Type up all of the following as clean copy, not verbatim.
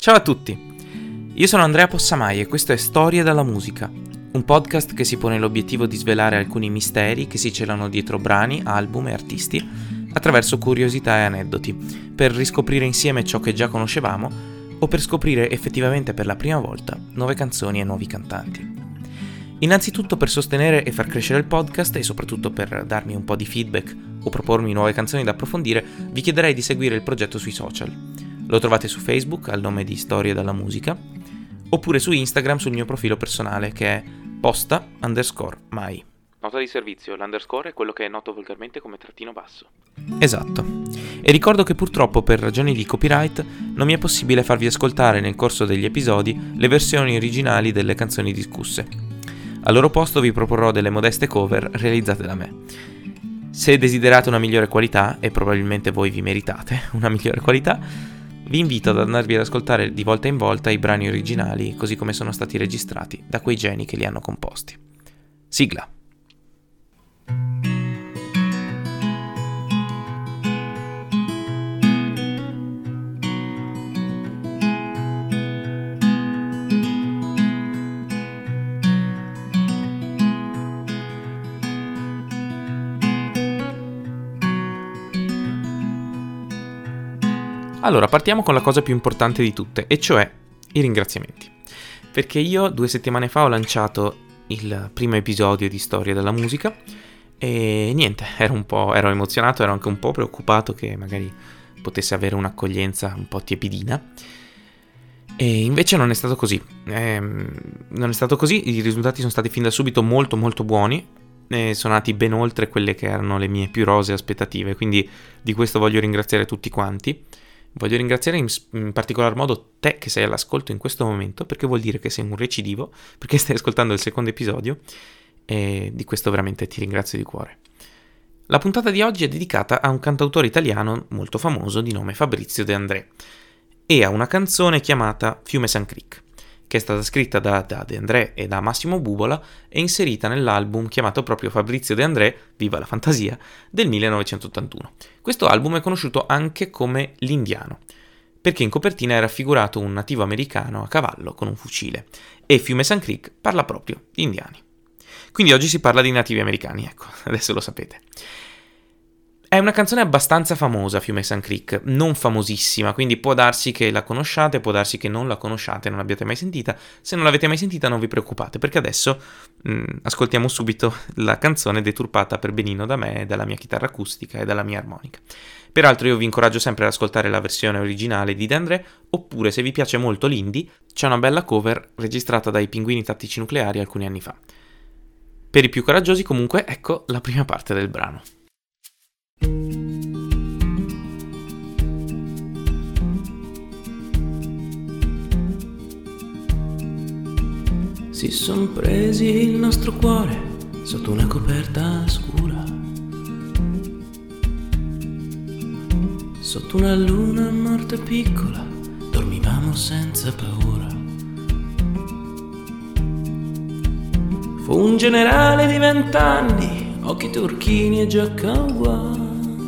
Ciao a tutti, io sono Andrea Possamai e questo è Storie dalla musica, un podcast che si pone l'obiettivo di svelare alcuni misteri che si celano dietro brani, album e artisti attraverso curiosità e aneddoti, per riscoprire insieme ciò che già conoscevamo o per scoprire effettivamente per la prima volta nuove canzoni e nuovi cantanti. Innanzitutto, per sostenere e far crescere il podcast e soprattutto per darmi un po' di feedback o propormi nuove canzoni da approfondire, vi chiederei di seguire il progetto sui social. Lo trovate su Facebook al nome di Storie dalla musica, oppure su Instagram sul mio profilo personale che è posta_mai. Nota di servizio, l'underscore è quello che è noto volgarmente come trattino basso. Esatto. E ricordo che purtroppo per ragioni di copyright non mi è possibile farvi ascoltare nel corso degli episodi le versioni originali delle canzoni discusse. Al loro posto vi proporrò delle modeste cover realizzate da me. Se desiderate una migliore qualità, e probabilmente voi vi meritate una migliore qualità, vi invito ad andarvi ad ascoltare di volta in volta i brani originali così come sono stati registrati da quei geni che li hanno composti. Sigla. Allora, partiamo con la cosa più importante di tutte, e cioè i ringraziamenti. Perché io 2 settimane fa ho lanciato il primo episodio di Storie della musica e niente, ero emozionato, ero anche un po' preoccupato che magari potesse avere un'accoglienza un po' tiepidina. E invece non è stato così. I risultati sono stati fin da subito molto molto buoni. Sono andati ben oltre quelle che erano le mie più rosee aspettative, quindi di questo voglio ringraziare tutti quanti. Voglio ringraziare in particolar modo te che sei all'ascolto in questo momento, perché vuol dire che sei un recidivo, perché stai ascoltando il secondo episodio, e di questo veramente ti ringrazio di cuore. La puntata di oggi è dedicata a un cantautore italiano molto famoso di nome Fabrizio De André e a una canzone chiamata Fiume San Creek, che è stata scritta da De André e da Massimo Bubola e inserita nell'album chiamato proprio Fabrizio De André, Viva la fantasia, del 1981. Questo album è conosciuto anche come L'Indiano, perché in copertina è raffigurato un nativo americano a cavallo con un fucile, e Fiume San Creek parla proprio di indiani. Quindi oggi si parla di nativi americani, ecco, adesso lo sapete. È una canzone abbastanza famosa, Fiume San Creek, non famosissima, quindi può darsi che la conosciate, può darsi che non la conosciate, non l'abbiate mai sentita. Se non l'avete mai sentita non vi preoccupate, perché adesso ascoltiamo subito la canzone deturpata per benino da me, dalla mia chitarra acustica e dalla mia armonica. Peraltro io vi incoraggio sempre ad ascoltare la versione originale di De André, oppure se vi piace molto l'indie, c'è una bella cover registrata dai Pinguini Tattici Nucleari alcuni anni fa. Per i più coraggiosi comunque, ecco la prima parte del brano. Si son presi il nostro cuore sotto una coperta scura, sotto una luna morta e piccola, dormivamo senza paura. Fu un generale di 20 anni, occhi turchini e giacca uguale.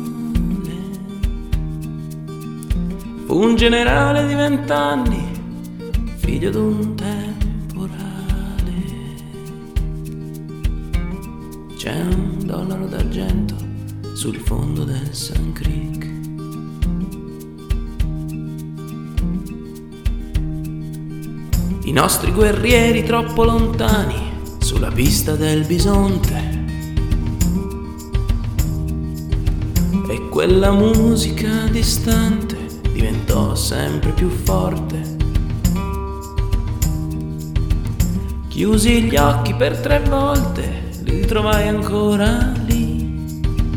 Fu un generale di 20 anni, figlio d'un temporale. C'è $1 d'argento sul fondo del San Creek. I nostri guerrieri troppo lontani sulla pista del bisonte, e quella musica distante diventò sempre più forte. Chiusi gli occhi per 3 volte, li ritrovai ancora lì.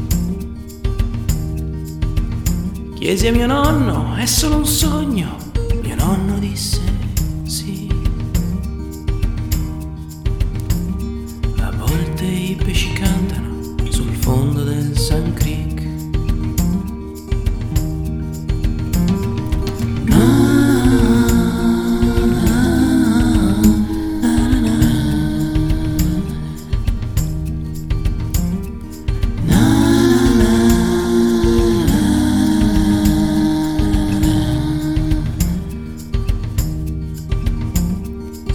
Chiesi a mio nonno, è solo un sogno? Mio nonno disse sì. A volte i pesci cantano sul fondo del San Creek.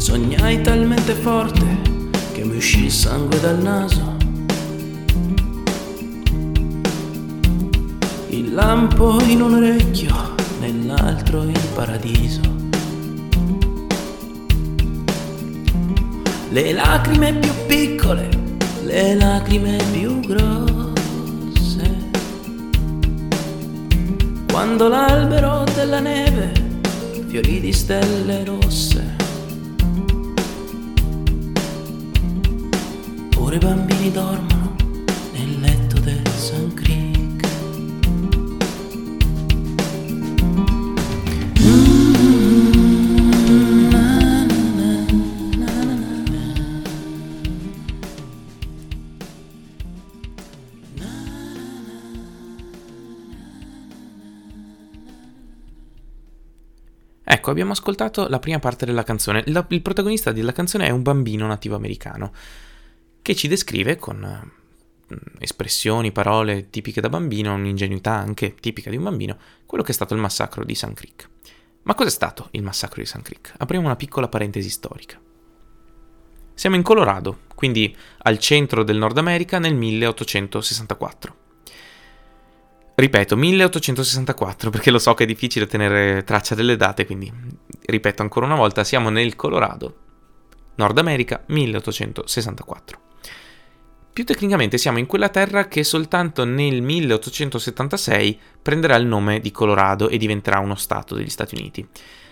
Sognai talmente forte che mi uscì il sangue dal naso. Il lampo in un orecchio, nell'altro il paradiso. Le lacrime più piccole, le lacrime più grosse. Quando l'albero della neve fiorì di stelle rosse. Ora i bambini dormono nel letto del Sun Creek. Ecco, abbiamo ascoltato la prima parte della canzone. Il protagonista della canzone è un bambino nativo americano che ci descrive con espressioni, parole tipiche da bambino, un'ingenuità anche tipica di un bambino, quello che è stato il massacro di Sand Creek. Ma cos'è stato il massacro di Sand Creek? Apriamo una piccola parentesi storica. Siamo in Colorado, quindi al centro del Nord America nel 1864. Ripeto, 1864, perché lo so che è difficile tenere traccia delle date, quindi ripeto ancora una volta, siamo nel Colorado, Nord America, 1864. Più tecnicamente siamo in quella terra che soltanto nel 1876 prenderà il nome di Colorado e diventerà uno stato degli Stati Uniti.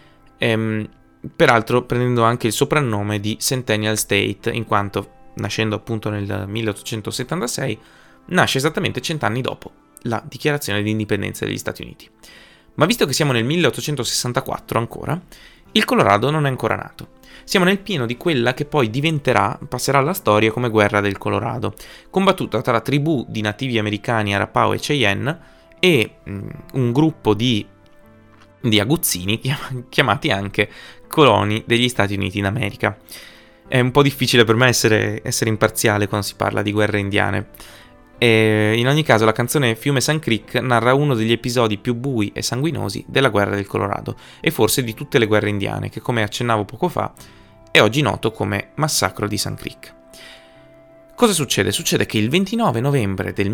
Peraltro prendendo anche il soprannome di Centennial State, in quanto, nascendo appunto nel 1876, nasce esattamente 100 anni dopo la dichiarazione di indipendenza degli Stati Uniti. Ma visto che siamo nel 1864 ancora, il Colorado non è ancora nato. Siamo nel pieno di quella che poi passerà alla storia come guerra del Colorado, combattuta tra tribù di nativi americani Arapaho e Cheyenne e un gruppo di aguzzini chiamati anche coloni degli Stati Uniti d'America. È un po' difficile per me essere imparziale quando si parla di guerre indiane. E in ogni caso la canzone Fiume Sand Creek narra uno degli episodi più bui e sanguinosi della guerra del Colorado e forse di tutte le guerre indiane, che come accennavo poco fa è oggi noto come massacro di Sand Creek. Cosa succede? Succede che il 29 novembre del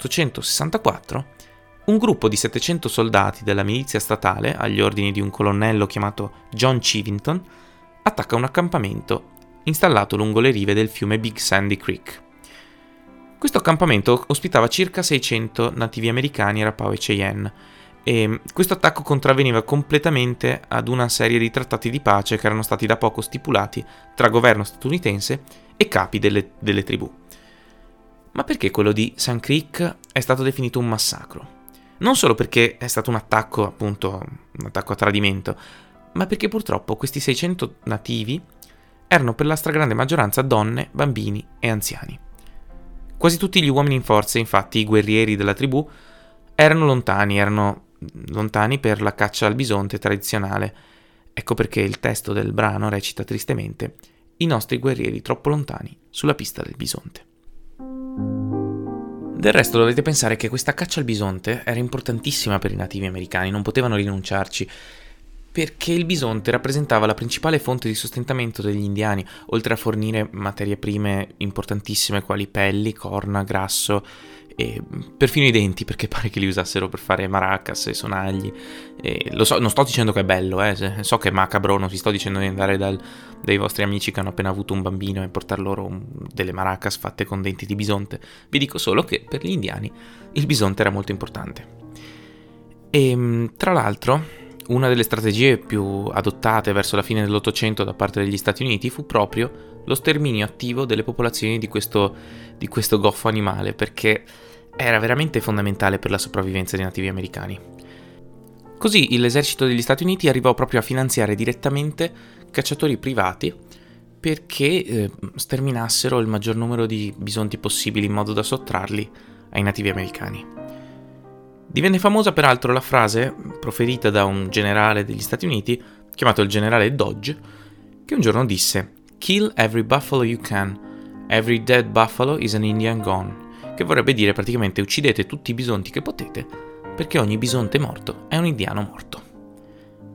1864 un gruppo di 700 soldati della milizia statale, agli ordini di un colonnello chiamato John Chivington, attacca un accampamento installato lungo le rive del fiume Big Sandy Creek. Questo accampamento ospitava circa 600 nativi americani, Arapaho e Cheyenne, e questo attacco contravveniva completamente ad una serie di trattati di pace che erano stati da poco stipulati tra governo statunitense e capi delle tribù. Ma perché quello di Sand Creek è stato definito un massacro? Non solo perché è stato un attacco, appunto, un attacco a tradimento, ma perché purtroppo questi 600 nativi erano per la stragrande maggioranza donne, bambini e anziani. Quasi tutti gli uomini in forza, infatti, i guerrieri della tribù, erano lontani per la caccia al bisonte tradizionale. Ecco perché il testo del brano recita tristemente: i nostri guerrieri troppo lontani sulla pista del bisonte. Del resto dovete pensare che questa caccia al bisonte era importantissima per i nativi americani, non potevano rinunciarci, perché il bisonte rappresentava la principale fonte di sostentamento degli indiani, oltre a fornire materie prime importantissime quali pelli, corna, grasso e perfino i denti, perché pare che li usassero per fare maracas e sonagli. E lo so, non sto dicendo che è bello, so che è macabro, non vi sto dicendo di andare dai vostri amici che hanno appena avuto un bambino e portar loro delle maracas fatte con denti di bisonte. Vi dico solo che per gli indiani il bisonte era molto importante. E tra l'altro, una delle strategie più adottate verso la fine dell'Ottocento da parte degli Stati Uniti fu proprio lo sterminio attivo delle popolazioni di questo goffo animale, perché era veramente fondamentale per la sopravvivenza dei nativi americani. Così l'esercito degli Stati Uniti arrivò proprio a finanziare direttamente cacciatori privati perché sterminassero il maggior numero di bisonti possibili in modo da sottrarli ai nativi americani. Divenne famosa peraltro la frase proferita da un generale degli Stati Uniti, chiamato il generale Dodge, che un giorno disse: "Kill every buffalo you can, every dead buffalo is an Indian gone", che vorrebbe dire praticamente uccidete tutti i bisonti che potete, perché ogni bisonte morto è un indiano morto.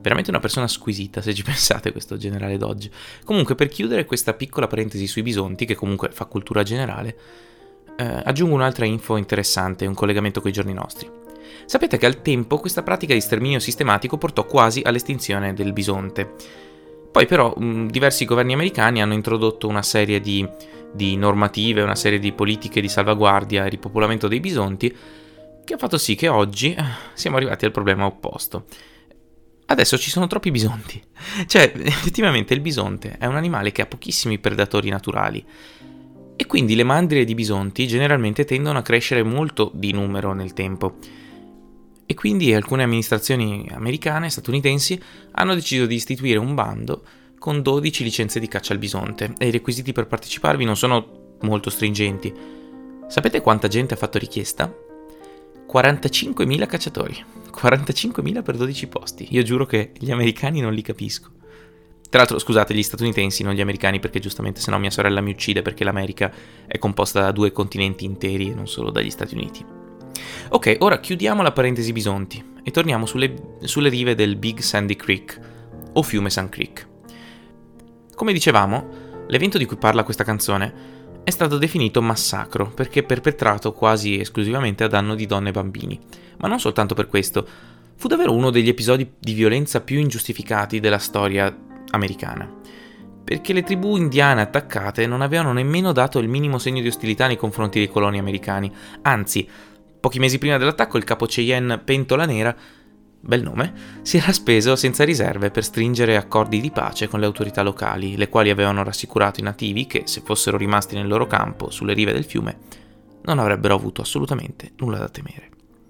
Veramente una persona squisita, se ci pensate, questo generale Dodge. Comunque, per chiudere questa piccola parentesi sui bisonti, che comunque fa cultura generale, aggiungo un'altra info interessante, un collegamento coi giorni nostri. Sapete che al tempo questa pratica di sterminio sistematico portò quasi all'estinzione del bisonte. Poi però diversi governi americani hanno introdotto una serie di normative, una serie di politiche di salvaguardia e ripopolamento dei bisonti, che ha fatto sì che oggi siamo arrivati al problema opposto. Adesso ci sono troppi bisonti. Cioè, effettivamente il bisonte è un animale che ha pochissimi predatori naturali. E quindi le mandrie di bisonti generalmente tendono a crescere molto di numero nel tempo. E quindi alcune amministrazioni americane, statunitensi, hanno deciso di istituire un bando con 12 licenze di caccia al bisonte. E i requisiti per parteciparvi non sono molto stringenti. Sapete quanta gente ha fatto richiesta? 45.000 cacciatori. 45.000 per 12 posti. Io giuro che gli americani non li capisco. Tra l'altro, scusate, gli statunitensi, non gli americani, perché giustamente sennò mia sorella mi uccide, perché l'America è composta da 2 continenti interi e non solo dagli Stati Uniti. Ok, ora chiudiamo la parentesi bisonti e torniamo sulle rive del Big Sandy Creek, o fiume Sand Creek. Come dicevamo, l'evento di cui parla questa canzone è stato definito massacro perché perpetrato quasi esclusivamente a danno di donne e bambini. Ma non soltanto per questo, fu davvero uno degli episodi di violenza più ingiustificati della storia americana, perché le tribù indiane attaccate non avevano nemmeno dato il minimo segno di ostilità nei confronti dei coloni americani. Anzi, pochi mesi prima dell'attacco il capo Cheyenne Pentola Nera, bel nome, si era speso senza riserve per stringere accordi di pace con le autorità locali, le quali avevano rassicurato i nativi che, se fossero rimasti nel loro campo sulle rive del fiume, non avrebbero avuto assolutamente nulla da temere.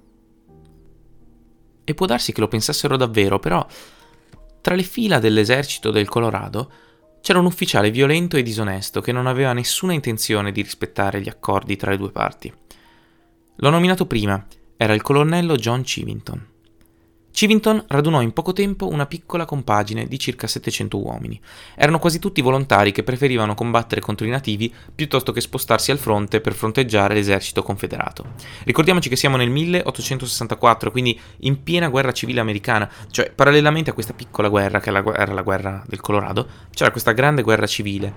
E può darsi che lo pensassero davvero, però tra le fila dell'esercito del Colorado c'era un ufficiale violento e disonesto che non aveva nessuna intenzione di rispettare gli accordi tra le due parti. L'ho nominato prima, era il colonnello John Chivington. Chivington radunò in poco tempo una piccola compagine di circa 700 uomini. Erano quasi tutti volontari che preferivano combattere contro i nativi piuttosto che spostarsi al fronte per fronteggiare l'esercito confederato. Ricordiamoci che siamo nel 1864, quindi in piena guerra civile americana, cioè parallelamente a questa piccola guerra, che era la guerra del Colorado, c'era questa grande guerra civile.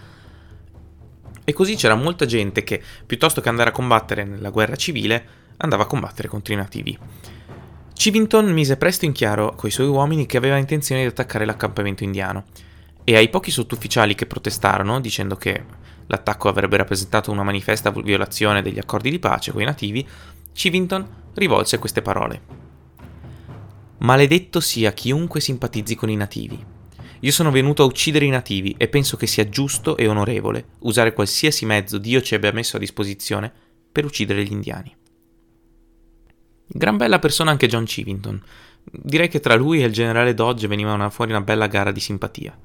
E così c'era molta gente che, piuttosto che andare a combattere nella guerra civile, andava a combattere contro i nativi. Chivington mise presto in chiaro coi suoi uomini che aveva intenzione di attaccare l'accampamento indiano, e ai pochi sottufficiali che protestarono, dicendo che l'attacco avrebbe rappresentato una manifesta violazione degli accordi di pace coi nativi, Chivington rivolse queste parole: «Maledetto sia chiunque simpatizzi con i nativi. Io sono venuto a uccidere i nativi e penso che sia giusto e onorevole usare qualsiasi mezzo Dio ci abbia messo a disposizione per uccidere gli indiani». Gran bella persona anche John Chivington. Direi che tra lui e il generale Dodge veniva fuori una bella gara di simpatia.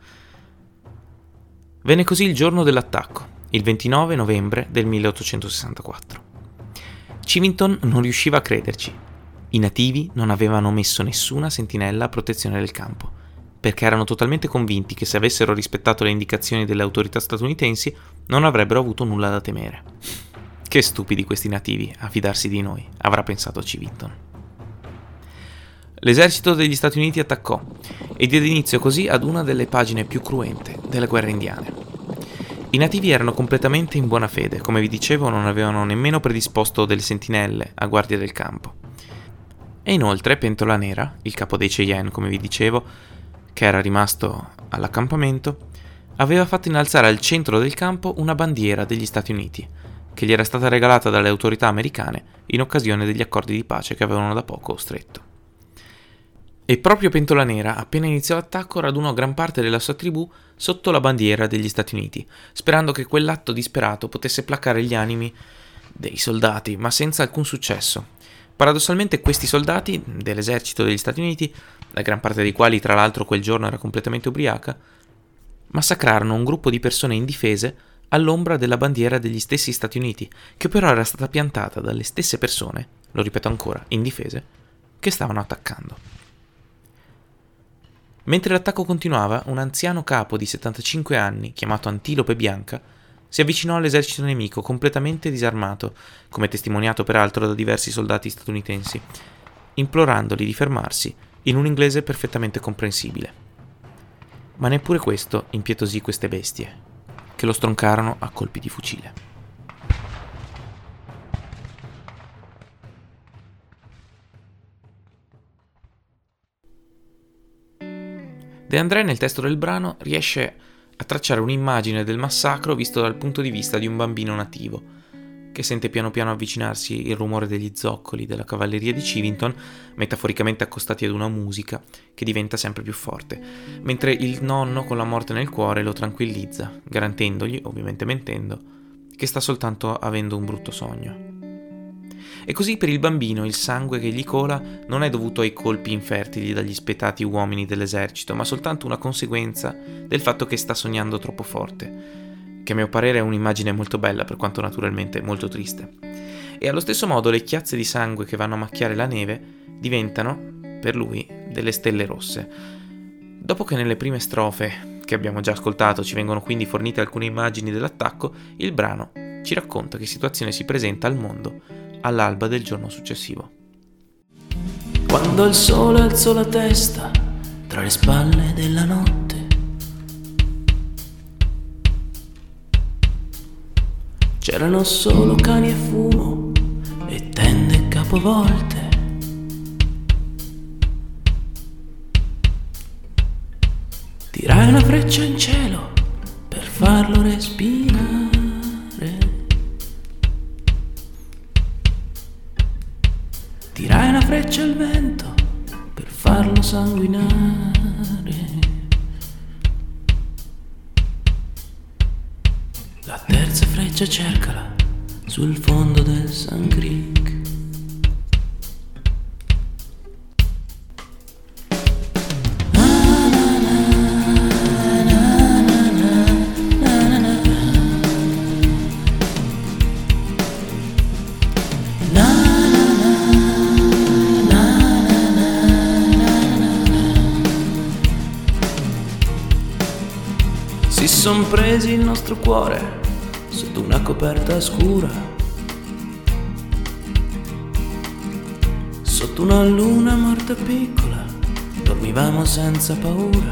Venne così il giorno dell'attacco, il 29 novembre del 1864. Chivington non riusciva a crederci. I nativi non avevano messo nessuna sentinella a protezione del campo, perché erano totalmente convinti che se avessero rispettato le indicazioni delle autorità statunitensi non avrebbero avuto nulla da temere. Che stupidi questi nativi a fidarsi di noi, avrà pensato Chivington. L'esercito degli Stati Uniti attaccò e diede inizio così ad una delle pagine più cruente delle guerre indiane. I nativi erano completamente in buona fede, come vi dicevo non avevano nemmeno predisposto delle sentinelle a guardia del campo. E inoltre Pentola Nera, il capo dei Cheyenne, come vi dicevo, che era rimasto all'accampamento, aveva fatto innalzare al centro del campo una bandiera degli Stati Uniti, che gli era stata regalata dalle autorità americane in occasione degli accordi di pace che avevano da poco stretto. E proprio Pentola Nera, appena iniziò l'attacco, radunò gran parte della sua tribù sotto la bandiera degli Stati Uniti, sperando che quell'atto disperato potesse placare gli animi dei soldati, ma senza alcun successo. Paradossalmente questi soldati dell'esercito degli Stati Uniti, la gran parte dei quali tra l'altro quel giorno era completamente ubriaca, massacrarono un gruppo di persone indifese all'ombra della bandiera degli stessi Stati Uniti, che però era stata piantata dalle stesse persone, lo ripeto ancora, indifese, che stavano attaccando. Mentre l'attacco continuava, un anziano capo di 75 anni, chiamato Antilope Bianca, si avvicinò all'esercito nemico completamente disarmato, come testimoniato peraltro da diversi soldati statunitensi, implorandoli di fermarsi in un inglese perfettamente comprensibile. Ma neppure questo impietosì queste bestie, che lo stroncarono a colpi di fucile. De André nel testo del brano riesce a tracciare un'immagine del massacro visto dal punto di vista di un bambino nativo, che sente piano piano avvicinarsi il rumore degli zoccoli della cavalleria di Chivington, metaforicamente accostati ad una musica che diventa sempre più forte, mentre il nonno con la morte nel cuore lo tranquillizza, garantendogli, ovviamente mentendo, che sta soltanto avendo un brutto sogno. E così per il bambino il sangue che gli cola non è dovuto ai colpi infertili dagli spietati uomini dell'esercito, ma soltanto una conseguenza del fatto che sta sognando troppo forte, che a mio parere è un'immagine molto bella per quanto naturalmente molto triste. E allo stesso modo le chiazze di sangue che vanno a macchiare la neve diventano, per lui, delle stelle rosse. Dopo che nelle prime strofe che abbiamo già ascoltato ci vengono quindi fornite alcune immagini dell'attacco, il brano ci racconta che situazione si presenta al mondo all'alba del giorno successivo. Quando il sole alzò la testa tra le spalle della notte, c'erano solo cani e fumo e tende capovolte. Tirai una freccia in cielo per farlo respirare. Tirai una freccia al vento per farlo sanguinare. La terza freccia cercala sul fondo del Sun Creek. Si son presi il nostro cuore sotto una coperta scura, sotto una luna morta piccola, dormivamo senza paura.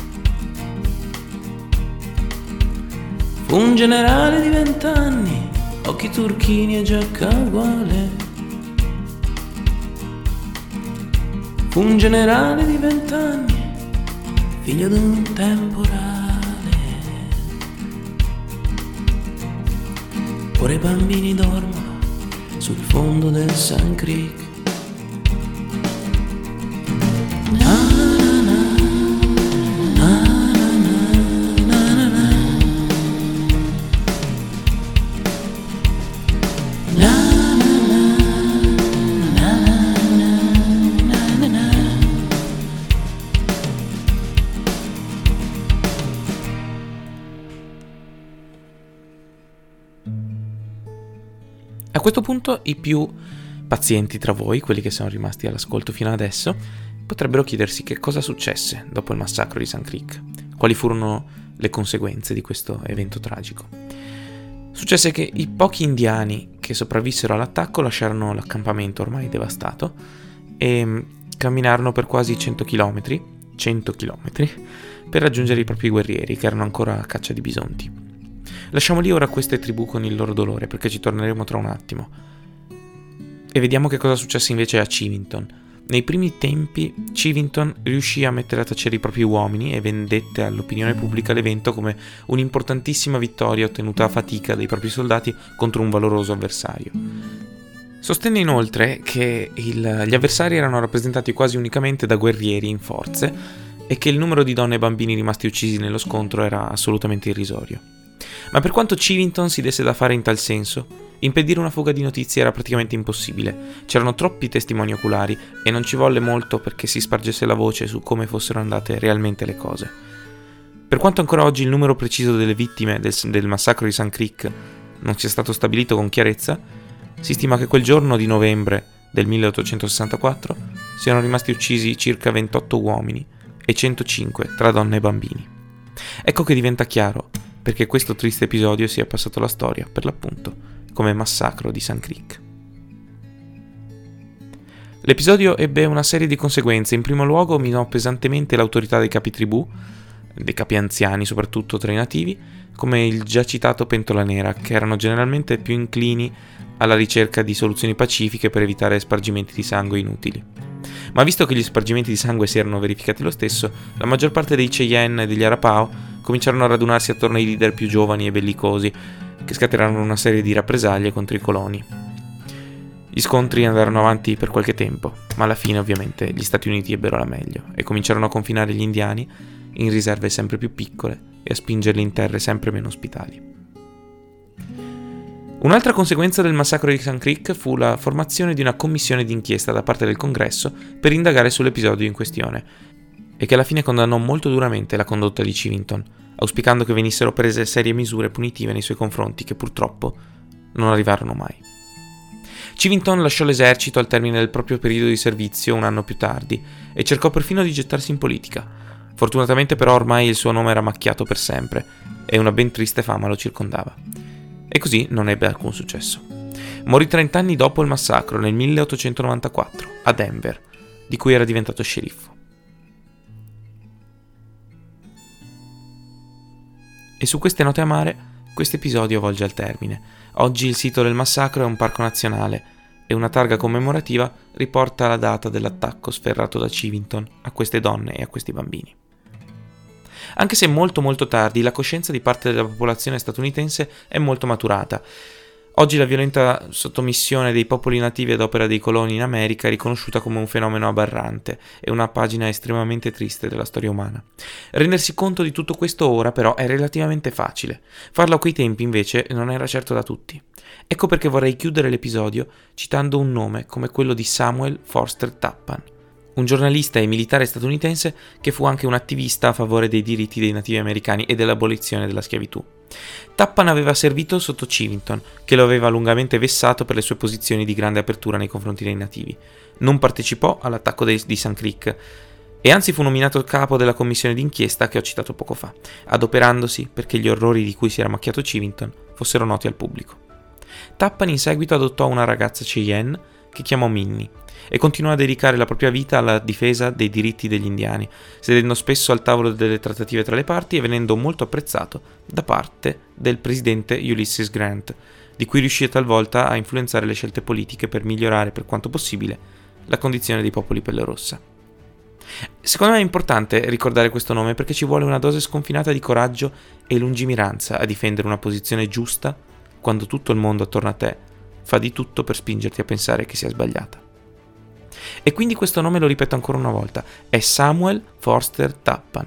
Fu un generale di 20 anni, occhi turchini e giacca uguale. Fu un generale di 20 anni, figlio di un temporale. Ora i bambini dormono sul fondo del Sun Creek. A questo punto i più pazienti tra voi, quelli che sono rimasti all'ascolto fino adesso, potrebbero chiedersi che cosa successe dopo il massacro di Sun Creek, quali furono le conseguenze di questo evento tragico. Successe che i pochi indiani che sopravvissero all'attacco lasciarono l'accampamento ormai devastato e camminarono per quasi 100 km per raggiungere i propri guerrieri che erano ancora a caccia di bisonti. Lasciamo lì ora queste tribù con il loro dolore, perché ci torneremo tra un attimo. E vediamo che cosa successe invece a Chivington. Nei primi tempi Chivington riuscì a mettere a tacere i propri uomini e vendette all'opinione pubblica l'evento come un'importantissima vittoria ottenuta a fatica dai propri soldati contro un valoroso avversario. Sostenne inoltre che gli avversari erano rappresentati quasi unicamente da guerrieri in forze e che il numero di donne e bambini rimasti uccisi nello scontro era assolutamente irrisorio. Ma per quanto Chivington si desse da fare in tal senso, impedire una fuga di notizie era praticamente impossibile. C'erano troppi testimoni oculari e non ci volle molto perché si spargesse la voce su come fossero andate realmente le cose. Per quanto ancora oggi il numero preciso delle vittime del massacro di Sun Creek non sia stato stabilito con chiarezza, si stima che quel giorno di novembre del 1864 siano rimasti uccisi circa 28 uomini e 105 tra donne e bambini. Ecco che diventa chiaro perché questo triste episodio sia passato alla storia, per l'appunto, come massacro di Sun Creek. L'episodio ebbe una serie di conseguenze. In primo luogo minò pesantemente l'autorità dei capi tribù, dei capi anziani soprattutto tra i nativi, come il già citato Pentola Nera, che erano generalmente più inclini alla ricerca di soluzioni pacifiche per evitare spargimenti di sangue inutili. Ma visto che gli spargimenti di sangue si erano verificati lo stesso, la maggior parte dei Cheyenne e degli Arapaho cominciarono a radunarsi attorno ai leader più giovani e bellicosi, che scatenarono una serie di rappresaglie contro i coloni. Gli scontri andarono avanti per qualche tempo, ma alla fine ovviamente gli Stati Uniti ebbero la meglio e cominciarono a confinare gli indiani in riserve sempre più piccole e a spingerli in terre sempre meno ospitali. Un'altra conseguenza del massacro di Sand Creek fu la formazione di una commissione d'inchiesta da parte del Congresso per indagare sull'episodio in questione, e che alla fine condannò molto duramente la condotta di Chivington, auspicando che venissero prese serie misure punitive nei suoi confronti che purtroppo non arrivarono mai. Chivington lasciò l'esercito al termine del proprio periodo di servizio un anno più tardi e cercò perfino di gettarsi in politica. Fortunatamente però ormai il suo nome era macchiato per sempre e una ben triste fama lo circondava. E così non ebbe alcun successo. Morì 30 anni dopo il massacro, nel 1894, a Denver, di cui era diventato sceriffo. E su queste note amare, questo episodio volge al termine. Oggi il sito del massacro è un parco nazionale e una targa commemorativa riporta la data dell'attacco sferrato da Chivington a queste donne e a questi bambini. Anche se molto tardi, la coscienza di parte della popolazione statunitense è molto maturata. Oggi la violenta sottomissione dei popoli nativi ad opera dei coloni in America è riconosciuta come un fenomeno aberrante e una pagina estremamente triste della storia umana. Rendersi conto di tutto questo ora però è relativamente facile. Farlo a quei tempi invece non era certo da tutti. Ecco perché vorrei chiudere l'episodio citando un nome come quello di Samuel Forster Tappan, un giornalista e militare statunitense che fu anche un attivista a favore dei diritti dei nativi americani e dell'abolizione della schiavitù. Tappan aveva servito sotto Chivington, che lo aveva lungamente vessato per le sue posizioni di grande apertura nei confronti dei nativi. Non partecipò all'attacco di Sand Creek e anzi fu nominato capo della commissione d'inchiesta che ho citato poco fa, adoperandosi perché gli orrori di cui si era macchiato Chivington fossero noti al pubblico. Tappan in seguito adottò una ragazza Cheyenne che chiamò Minnie e continuò a dedicare la propria vita alla difesa dei diritti degli indiani, sedendo spesso al tavolo delle trattative tra le parti e venendo molto apprezzato da parte del presidente Ulysses Grant, di cui riuscì talvolta a influenzare le scelte politiche per migliorare per quanto possibile la condizione dei popoli pelle rossa. Secondo me è importante ricordare questo nome perché ci vuole una dose sconfinata di coraggio e lungimiranza a difendere una posizione giusta quando tutto il mondo attorno a te fa di tutto per spingerti a pensare che sia sbagliata. E quindi questo nome lo ripeto ancora una volta, è Samuel Forster Tappan.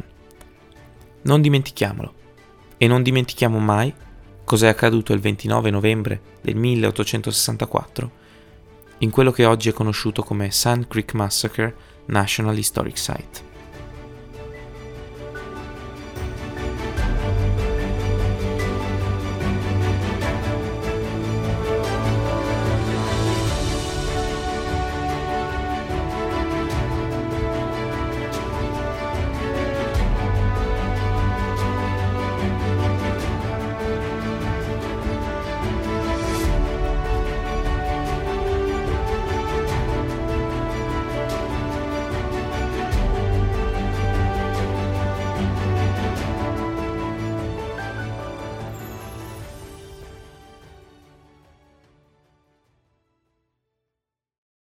Non dimentichiamolo. E non dimentichiamo mai cos'è accaduto il 29 novembre del 1864 in quello che oggi è conosciuto come Sand Creek Massacre National Historic Site.